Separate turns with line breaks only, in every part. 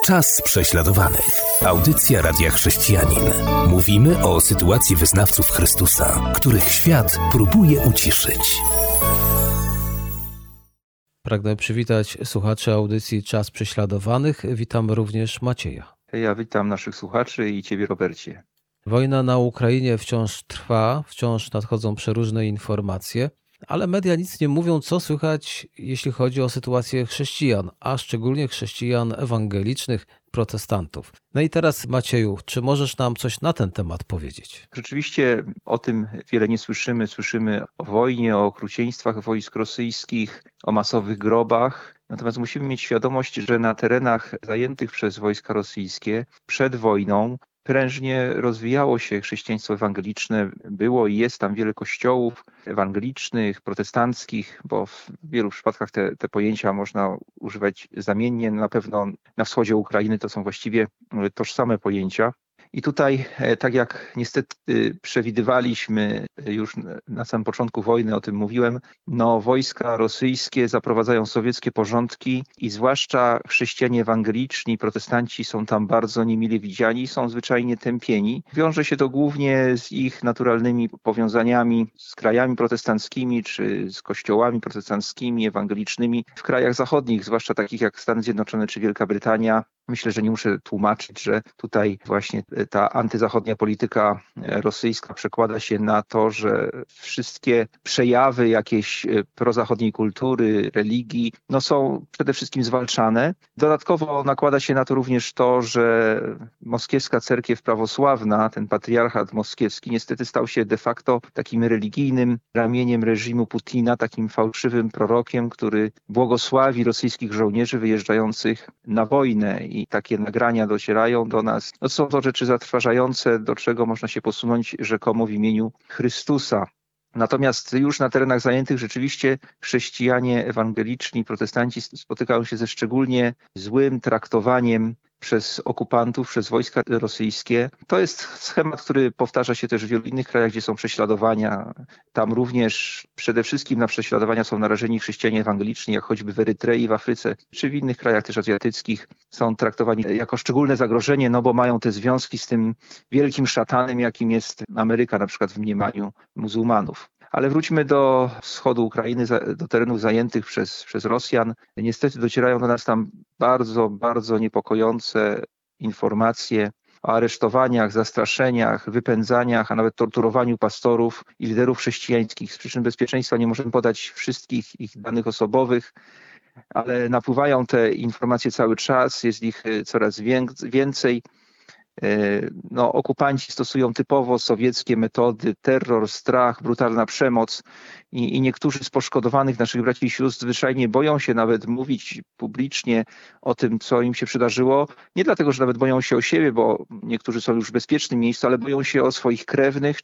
Czas prześladowanych. Audycja Radia Chrześcijanin. Mówimy o sytuacji wyznawców Chrystusa, których świat próbuje uciszyć.
Pragnę przywitać słuchaczy audycji Czas prześladowanych. Witamy również Macieja.
Ja witam naszych słuchaczy i Ciebie, Robercie.
Wojna na Ukrainie wciąż trwa, wciąż nadchodzą przeróżne informacje, ale media nic nie mówią, co słychać, jeśli chodzi o sytuację chrześcijan, a szczególnie chrześcijan ewangelicznych, protestantów. No i teraz, Macieju, czy możesz nam coś na ten temat powiedzieć?
Rzeczywiście o tym wiele nie słyszymy. Słyszymy o wojnie, o okrucieństwach wojsk rosyjskich, o masowych grobach. Natomiast musimy mieć świadomość, że na terenach zajętych przez wojska rosyjskie przed wojną prężnie rozwijało się chrześcijaństwo ewangeliczne. Było i jest tam wiele kościołów ewangelicznych, protestanckich, bo w wielu przypadkach te pojęcia można używać zamiennie. Na pewno na wschodzie Ukrainy to są właściwie tożsame pojęcia. I tutaj, tak jak niestety przewidywaliśmy już na samym początku wojny, o tym mówiłem, wojska rosyjskie zaprowadzają sowieckie porządki i zwłaszcza chrześcijanie ewangeliczni, protestanci są tam bardzo niemile widziani, są zwyczajnie tępieni. Wiąże się to głównie z ich naturalnymi powiązaniami z krajami protestanckimi czy z kościołami protestanckimi, ewangelicznymi w krajach zachodnich, zwłaszcza takich jak Stany Zjednoczone czy Wielka Brytania. Myślę, że nie muszę tłumaczyć, że tutaj właśnie ta antyzachodnia polityka rosyjska przekłada się na to, że wszystkie przejawy jakiejś prozachodniej kultury, religii, są przede wszystkim zwalczane. Dodatkowo nakłada się na to również to, że moskiewska cerkiew prawosławna, ten patriarchat moskiewski niestety stał się de facto takim religijnym ramieniem reżimu Putina, takim fałszywym prorokiem, który błogosławi rosyjskich żołnierzy wyjeżdżających na wojnę. I takie nagrania docierają do nas. Są to rzeczy zatrważające, do czego można się posunąć rzekomo w imieniu Chrystusa. Natomiast już na terenach zajętych rzeczywiście chrześcijanie ewangeliczni, protestanci spotykają się ze szczególnie złym traktowaniem przez okupantów, przez wojska rosyjskie. To jest schemat, który powtarza się też w wielu innych krajach, gdzie są prześladowania. Tam również przede wszystkim na prześladowania są narażeni chrześcijanie ewangeliczni, jak choćby w Erytrei, w Afryce, czy w innych krajach też azjatyckich. Są traktowani jako szczególne zagrożenie, bo mają te związki z tym wielkim szatanem, jakim jest Ameryka, na przykład w mniemaniu muzułmanów. Ale wróćmy do wschodu Ukrainy, do terenów zajętych przez Rosjan. Niestety docierają do nas tam bardzo, bardzo niepokojące informacje o aresztowaniach, zastraszeniach, wypędzaniach, a nawet torturowaniu pastorów i liderów chrześcijańskich. Z przyczyn bezpieczeństwa nie możemy podać wszystkich ich danych osobowych, ale napływają te informacje cały czas, jest ich coraz więcej. Okupanci stosują typowo sowieckie metody, terror, strach, brutalna przemoc i niektórzy z poszkodowanych naszych braci i sióstr zwyczajnie boją się nawet mówić publicznie o tym, co im się przydarzyło. Nie dlatego, że nawet boją się o siebie, bo niektórzy są już w bezpiecznym miejscu, ale boją się o swoich krewnych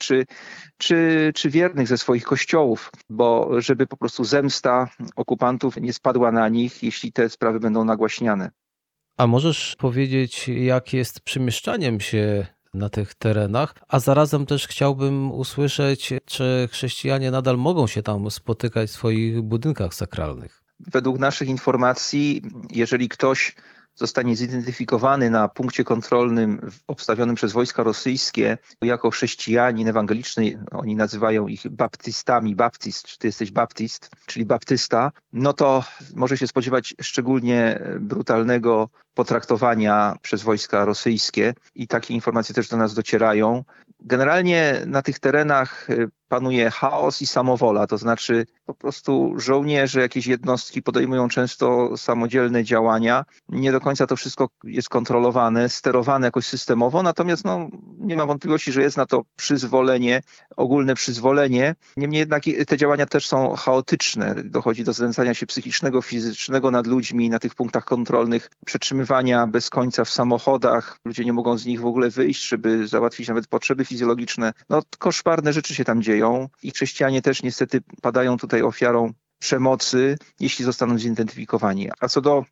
czy wiernych ze swoich kościołów, bo żeby po prostu zemsta okupantów nie spadła na nich, jeśli te sprawy będą nagłaśniane.
A możesz powiedzieć, jak jest przemieszczaniem się na tych terenach? A zarazem też chciałbym usłyszeć, czy chrześcijanie nadal mogą się tam spotykać w swoich budynkach sakralnych?
Według naszych informacji, jeżeli ktoś zostanie zidentyfikowany na punkcie kontrolnym obstawionym przez wojska rosyjskie jako chrześcijanin ewangeliczny, oni nazywają ich baptystami, czy ty jesteś baptist, czyli baptysta, to może się spodziewać szczególnie brutalnego potraktowania przez wojska rosyjskie i takie informacje też do nas docierają. Generalnie na tych terenach panuje chaos i samowola, to znaczy po prostu żołnierze, jakieś jednostki podejmują często samodzielne działania. Nie do końca to wszystko jest kontrolowane, sterowane jakoś systemowo, natomiast nie ma wątpliwości, że jest na to przyzwolenie, ogólne przyzwolenie. Niemniej jednak te działania też są chaotyczne. Dochodzi do znęcania się psychicznego, fizycznego nad ludźmi na tych punktach kontrolnych, przetrzymywania bez końca w samochodach. Ludzie nie mogą z nich w ogóle wyjść, żeby załatwić nawet potrzeby fizjologiczne. Koszmarne rzeczy się tam dzieją i chrześcijanie też niestety padają tutaj ofiarą przemocy, jeśli zostaną zidentyfikowani. A co do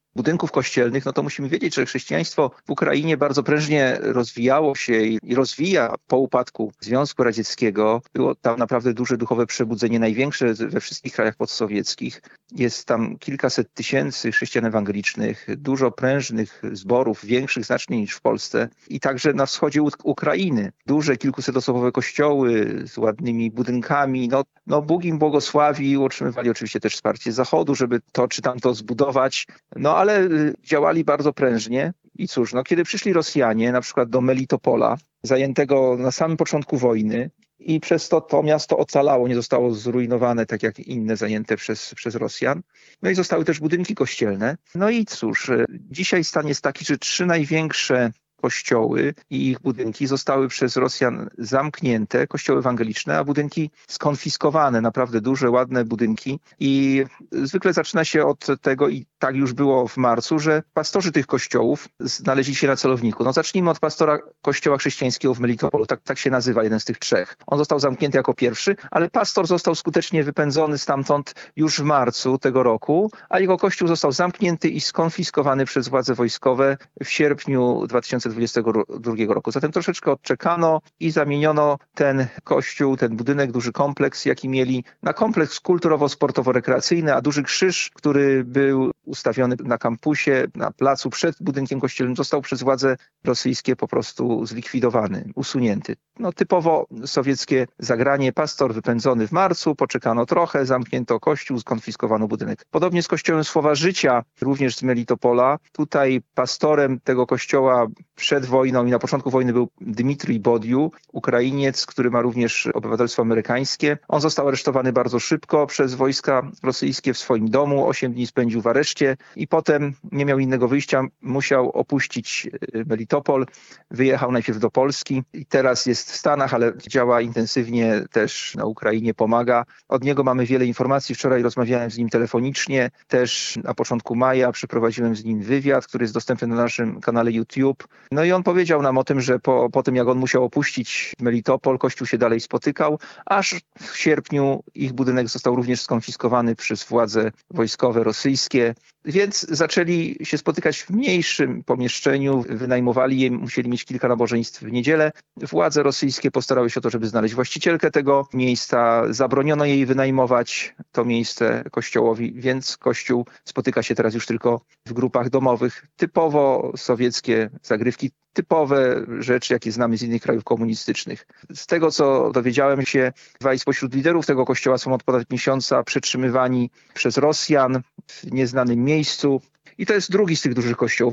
budynków kościelnych, no to musimy wiedzieć, że chrześcijaństwo w Ukrainie bardzo prężnie rozwijało się i rozwija po upadku Związku Radzieckiego. Było tam naprawdę duże duchowe przebudzenie, największe we wszystkich krajach postsowieckich. Jest tam kilkaset tysięcy chrześcijan ewangelicznych, dużo prężnych zborów, większych znacznie niż w Polsce i także na wschodzie Ukrainy. Duże, kilkusetosobowe kościoły z ładnymi budynkami. No Bóg im błogosławił, otrzymywali oczywiście też wsparcie Zachodu, żeby to czy tamto zbudować, no ale działali bardzo prężnie. I cóż, kiedy przyszli Rosjanie na przykład do Melitopola, zajętego na samym początku wojny, i przez to miasto ocalało, nie zostało zrujnowane tak jak inne zajęte przez Rosjan. No i zostały też budynki kościelne. No i cóż, dzisiaj stan jest taki, że 3 największe kościoły i ich budynki zostały przez Rosjan zamknięte, kościoły ewangeliczne, a budynki skonfiskowane, naprawdę duże, ładne budynki. I zwykle zaczyna się od tego, i tak już było w marcu, że pastorzy tych kościołów znaleźli się na celowniku. Zacznijmy od pastora kościoła chrześcijańskiego w Melitopolu, tak się nazywa jeden z tych 3. On został zamknięty jako pierwszy, ale pastor został skutecznie wypędzony stamtąd już w marcu tego roku, a jego kościół został zamknięty i skonfiskowany przez władze wojskowe w sierpniu 2022 roku. Zatem troszeczkę odczekano i zamieniono ten kościół, ten budynek, duży kompleks, jaki mieli, na kompleks kulturowo-sportowo-rekreacyjny, a duży krzyż, który był ustawiony na kampusie, na placu przed budynkiem kościelnym, został przez władze rosyjskie po prostu zlikwidowany, usunięty. Typowo sowieckie zagranie. Pastor wypędzony w marcu, poczekano trochę, zamknięto kościół, skonfiskowano budynek. Podobnie z kościołem Słowa Życia, również z Melitopola. Tutaj pastorem tego kościoła przed wojną i na początku wojny był Dmitrij Bodiu, Ukrainiec, który ma również obywatelstwo amerykańskie. On został aresztowany bardzo szybko przez wojska rosyjskie w swoim domu. 8 dni spędził w areszcie i potem nie miał innego wyjścia. Musiał opuścić Melitopol. Wyjechał najpierw do Polski i teraz jest w Stanach, ale działa intensywnie też na Ukrainie, pomaga. Od niego mamy wiele informacji. Wczoraj rozmawiałem z nim telefonicznie. Też na początku maja przeprowadziłem z nim wywiad, który jest dostępny na naszym kanale YouTube. I on powiedział nam o tym, że po tym jak on musiał opuścić Melitopol, kościół się dalej spotykał, aż w sierpniu ich budynek został również skonfiskowany przez władze wojskowe rosyjskie. Więc zaczęli się spotykać w mniejszym pomieszczeniu, wynajmowali je, musieli mieć kilka nabożeństw w niedzielę. Władze rosyjskie postarały się o to, żeby znaleźć właścicielkę tego miejsca. Zabroniono jej wynajmować to miejsce kościołowi, więc kościół spotyka się teraz już tylko w grupach domowych. Typowo sowieckie zagrywki, typowe rzeczy, jakie znamy z innych krajów komunistycznych. Z tego, co dowiedziałem się, 2 spośród liderów tego kościoła są od ponad miesiąca przetrzymywani przez Rosjan w nieznanym miejscu. I to jest drugi z tych dużych kościołów.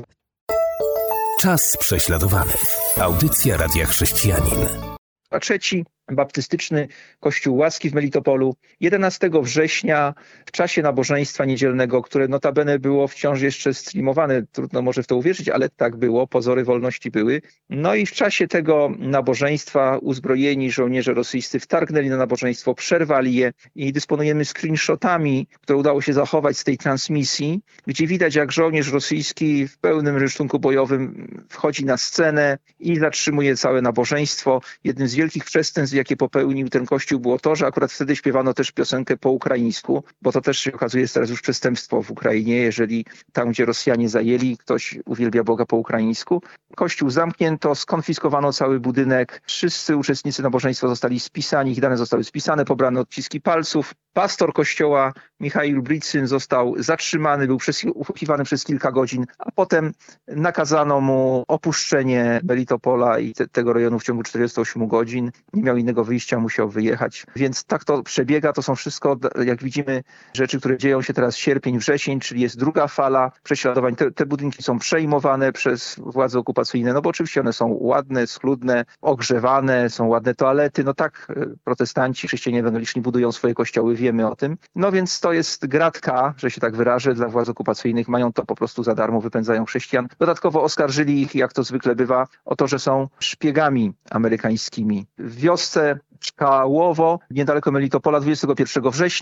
Czas prześladowanych. Audycja Radia Chrześcijanin.
A trzeci, baptystyczny Kościół Łaski w Melitopolu, 11 września w czasie nabożeństwa niedzielnego, które notabene było wciąż jeszcze streamowane, trudno może w to uwierzyć, ale tak było, pozory wolności były. I w czasie tego nabożeństwa uzbrojeni żołnierze rosyjscy wtargnęli na nabożeństwo, przerwali je i dysponujemy screenshotami, które udało się zachować z tej transmisji, gdzie widać, jak żołnierz rosyjski w pełnym rysztunku bojowym wchodzi na scenę i zatrzymuje całe nabożeństwo. Jednym z wielkich przestępstw, jakie popełnił ten kościół, było to, że akurat wtedy śpiewano też piosenkę po ukraińsku, bo to też się okazuje jest teraz już przestępstwo w Ukrainie, jeżeli tam, gdzie Rosjanie zajęli, ktoś uwielbia Boga po ukraińsku. Kościół zamknięto, skonfiskowano cały budynek, wszyscy uczestnicy nabożeństwa zostali spisani, ich dane zostały spisane, pobrane odciski palców. Pastor kościoła Michail Britsyn został zatrzymany, był usłuchiwany przez kilka godzin, a potem nakazano mu opuszczenie Melitopola i tego rejonu w ciągu 48 godzin. Nie miał innego wyjścia, musiał wyjechać. Więc tak to przebiega. To są wszystko, jak widzimy, rzeczy, które dzieją się teraz sierpień, wrzesień, czyli jest druga fala prześladowań. Te budynki są przejmowane przez władze okupacyjne, bo oczywiście one są ładne, schludne, ogrzewane, są ładne toalety. Tak protestanci, chrześcijanie ewangeliczni budują swoje kościoły, wiemy o tym. Więc to jest gratka, że się tak wyrażę, dla władz okupacyjnych. Mają to po prostu za darmo, wypędzają chrześcijan. Dodatkowo oskarżyli ich, jak to zwykle bywa, o to, że są szpiegami amerykańskimi. W wiosce Czkałowo, niedaleko Melitopola, 21 września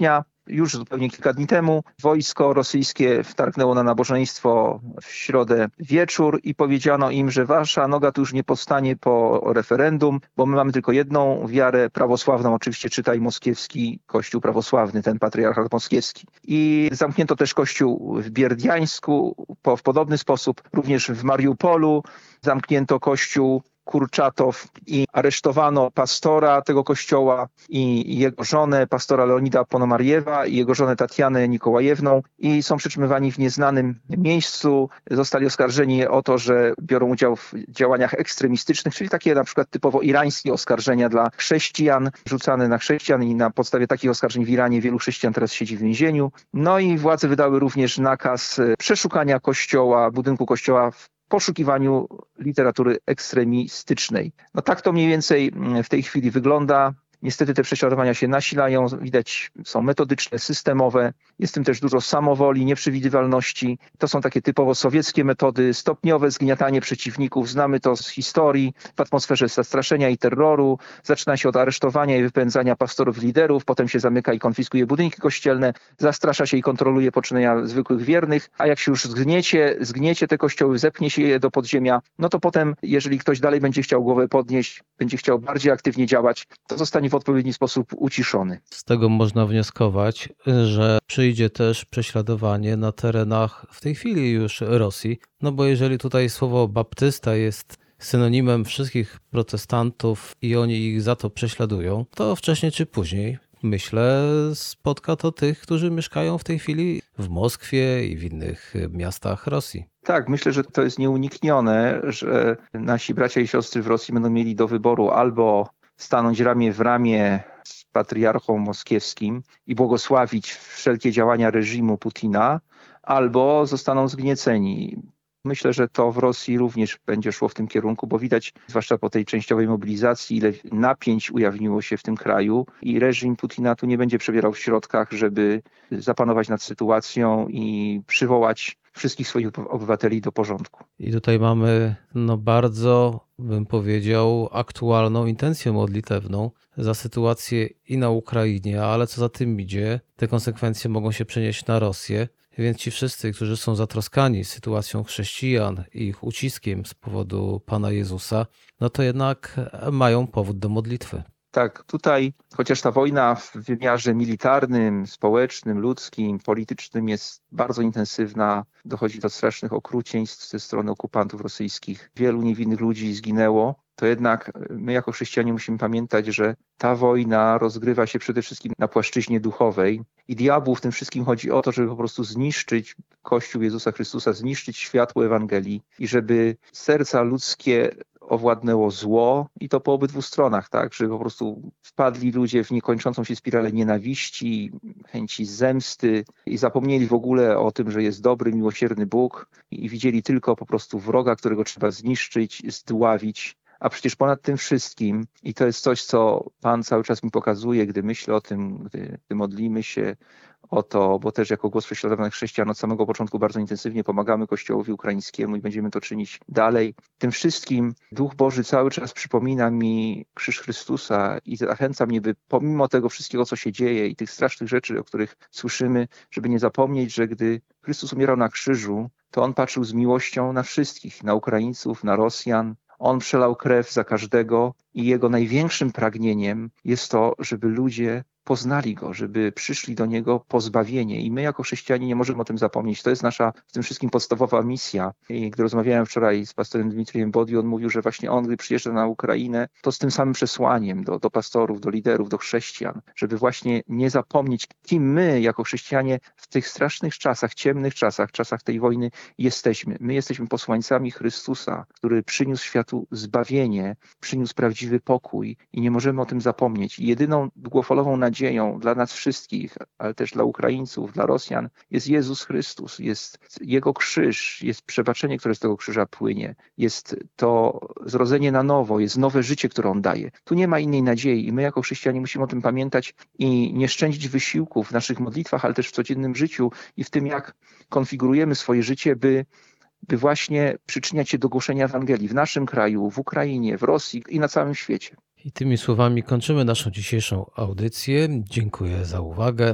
już zupełnie kilka dni temu wojsko rosyjskie wtargnęło na nabożeństwo w środę wieczór i powiedziano im, że wasza noga tu już nie powstanie po referendum, bo my mamy tylko jedną wiarę prawosławną, oczywiście czytaj moskiewski kościół prawosławny, ten patriarchat moskiewski. I zamknięto też kościół w Bierdiańsku w podobny sposób, również w Mariupolu zamknięto kościół Kurczatow i aresztowano pastora tego kościoła i jego żonę, pastora Leonida Ponomariewa i jego żonę Tatianę Nikołajewną i są przetrzymywani w nieznanym miejscu. Zostali oskarżeni o to, że biorą udział w działaniach ekstremistycznych, czyli takie na przykład typowo irańskie oskarżenia dla chrześcijan, rzucane na chrześcijan i na podstawie takich oskarżeń w Iranie wielu chrześcijan teraz siedzi w więzieniu. No i władze wydały również nakaz przeszukania kościoła, budynku kościoła w poszukiwaniu literatury ekstremistycznej. No tak to mniej więcej w tej chwili wygląda. Niestety te prześladowania się nasilają, widać, są metodyczne, systemowe. Jest w tym też dużo samowoli, nieprzewidywalności. To są takie typowo sowieckie metody, stopniowe zgniatanie przeciwników. Znamy to z historii, w atmosferze zastraszenia i terroru. Zaczyna się od aresztowania i wypędzania pastorów i liderów, potem się zamyka i konfiskuje budynki kościelne, zastrasza się i kontroluje poczynania zwykłych wiernych, a jak się już zgniecie te kościoły, zepchnie się je do podziemia, no to potem, jeżeli ktoś dalej będzie chciał głowę podnieść, będzie chciał bardziej aktywnie działać, to zostanie w odpowiedni sposób uciszony.
Z tego można wnioskować, że przyjdzie też prześladowanie na terenach w tej chwili już Rosji, no bo jeżeli tutaj słowo baptysta jest synonimem wszystkich protestantów i oni ich za to prześladują, to wcześniej czy później, myślę, spotka to tych, którzy mieszkają w tej chwili w Moskwie i w innych miastach Rosji.
Tak, myślę, że to jest nieuniknione, że nasi bracia i siostry w Rosji będą mieli do wyboru albo stanąć ramię w ramię z patriarchą moskiewskim i błogosławić wszelkie działania reżimu Putina, albo zostaną zgnieceni. Myślę, że to w Rosji również będzie szło w tym kierunku, bo widać, zwłaszcza po tej częściowej mobilizacji, ile napięć ujawniło się w tym kraju i reżim Putina tu nie będzie przebierał w środkach, żeby zapanować nad sytuacją i przywołać wszystkich swoich obywateli do porządku.
I tutaj mamy bardzo, bym powiedział, aktualną intencję modlitewną za sytuację i na Ukrainie, ale co za tym idzie, te konsekwencje mogą się przenieść na Rosję. Więc ci wszyscy, którzy są zatroskani sytuacją chrześcijan i ich uciskiem z powodu Pana Jezusa, no to jednak mają powód do modlitwy.
Tak, tutaj chociaż ta wojna w wymiarze militarnym, społecznym, ludzkim, politycznym jest bardzo intensywna, dochodzi do strasznych okrucieństw ze strony okupantów rosyjskich. Wielu niewinnych ludzi zginęło, to jednak my jako chrześcijanie musimy pamiętać, że ta wojna rozgrywa się przede wszystkim na płaszczyźnie duchowej i diabłu w tym wszystkim chodzi o to, żeby po prostu zniszczyć Kościół Jezusa Chrystusa, zniszczyć światło Ewangelii i żeby serca ludzkie owładnęło zło i to po obydwu stronach, tak, żeby po prostu wpadli ludzie w niekończącą się spiralę nienawiści, chęci zemsty i zapomnieli w ogóle o tym, że jest dobry, miłosierny Bóg i widzieli tylko po prostu wroga, którego trzeba zniszczyć, zdławić. A przecież ponad tym wszystkim, i to jest coś, co Pan cały czas mi pokazuje, gdy myślę o tym, gdy modlimy się o to, bo też jako głos prześladowanych chrześcijan od samego początku bardzo intensywnie pomagamy Kościołowi ukraińskiemu i będziemy to czynić dalej. Tym wszystkim Duch Boży cały czas przypomina mi krzyż Chrystusa i zachęca mnie, by pomimo tego wszystkiego, co się dzieje i tych strasznych rzeczy, o których słyszymy, żeby nie zapomnieć, że gdy Chrystus umierał na krzyżu, to On patrzył z miłością na wszystkich, na Ukraińców, na Rosjan. On przelał krew za każdego i Jego największym pragnieniem jest to, żeby ludzie poznali Go, żeby przyszli do Niego po zbawienie. I my jako chrześcijanie nie możemy o tym zapomnieć. To jest nasza w tym wszystkim podstawowa misja. I gdy rozmawiałem wczoraj z pastorem Dmitrijem Bodi, on mówił, że właśnie on, gdy przyjeżdża na Ukrainę, to z tym samym przesłaniem do pastorów, do liderów, do chrześcijan, żeby właśnie nie zapomnieć, kim my jako chrześcijanie w tych strasznych czasach, ciemnych czasach, czasach tej wojny jesteśmy. My jesteśmy posłańcami Chrystusa, który przyniósł światu zbawienie, przyniósł prawdziwy pokój i nie możemy o tym zapomnieć. I jedyną długofalową nadzieją dla nas wszystkich, ale też dla Ukraińców, dla Rosjan, jest Jezus Chrystus, jest Jego krzyż, jest przebaczenie, które z tego krzyża płynie, jest to zrodzenie na nowo, jest nowe życie, które On daje. Tu nie ma innej nadziei i my jako chrześcijanie musimy o tym pamiętać i nie szczędzić wysiłków w naszych modlitwach, ale też w codziennym życiu i w tym, jak konfigurujemy swoje życie, by właśnie przyczyniać się do głoszenia Ewangelii w naszym kraju, w Ukrainie, w Rosji i na całym świecie.
I tymi słowami kończymy naszą dzisiejszą audycję. Dziękuję za uwagę.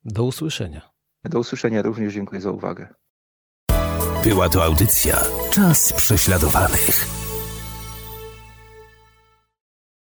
Do usłyszenia.
Do usłyszenia, również dziękuję za uwagę.
Była to audycja Czas prześladowanych.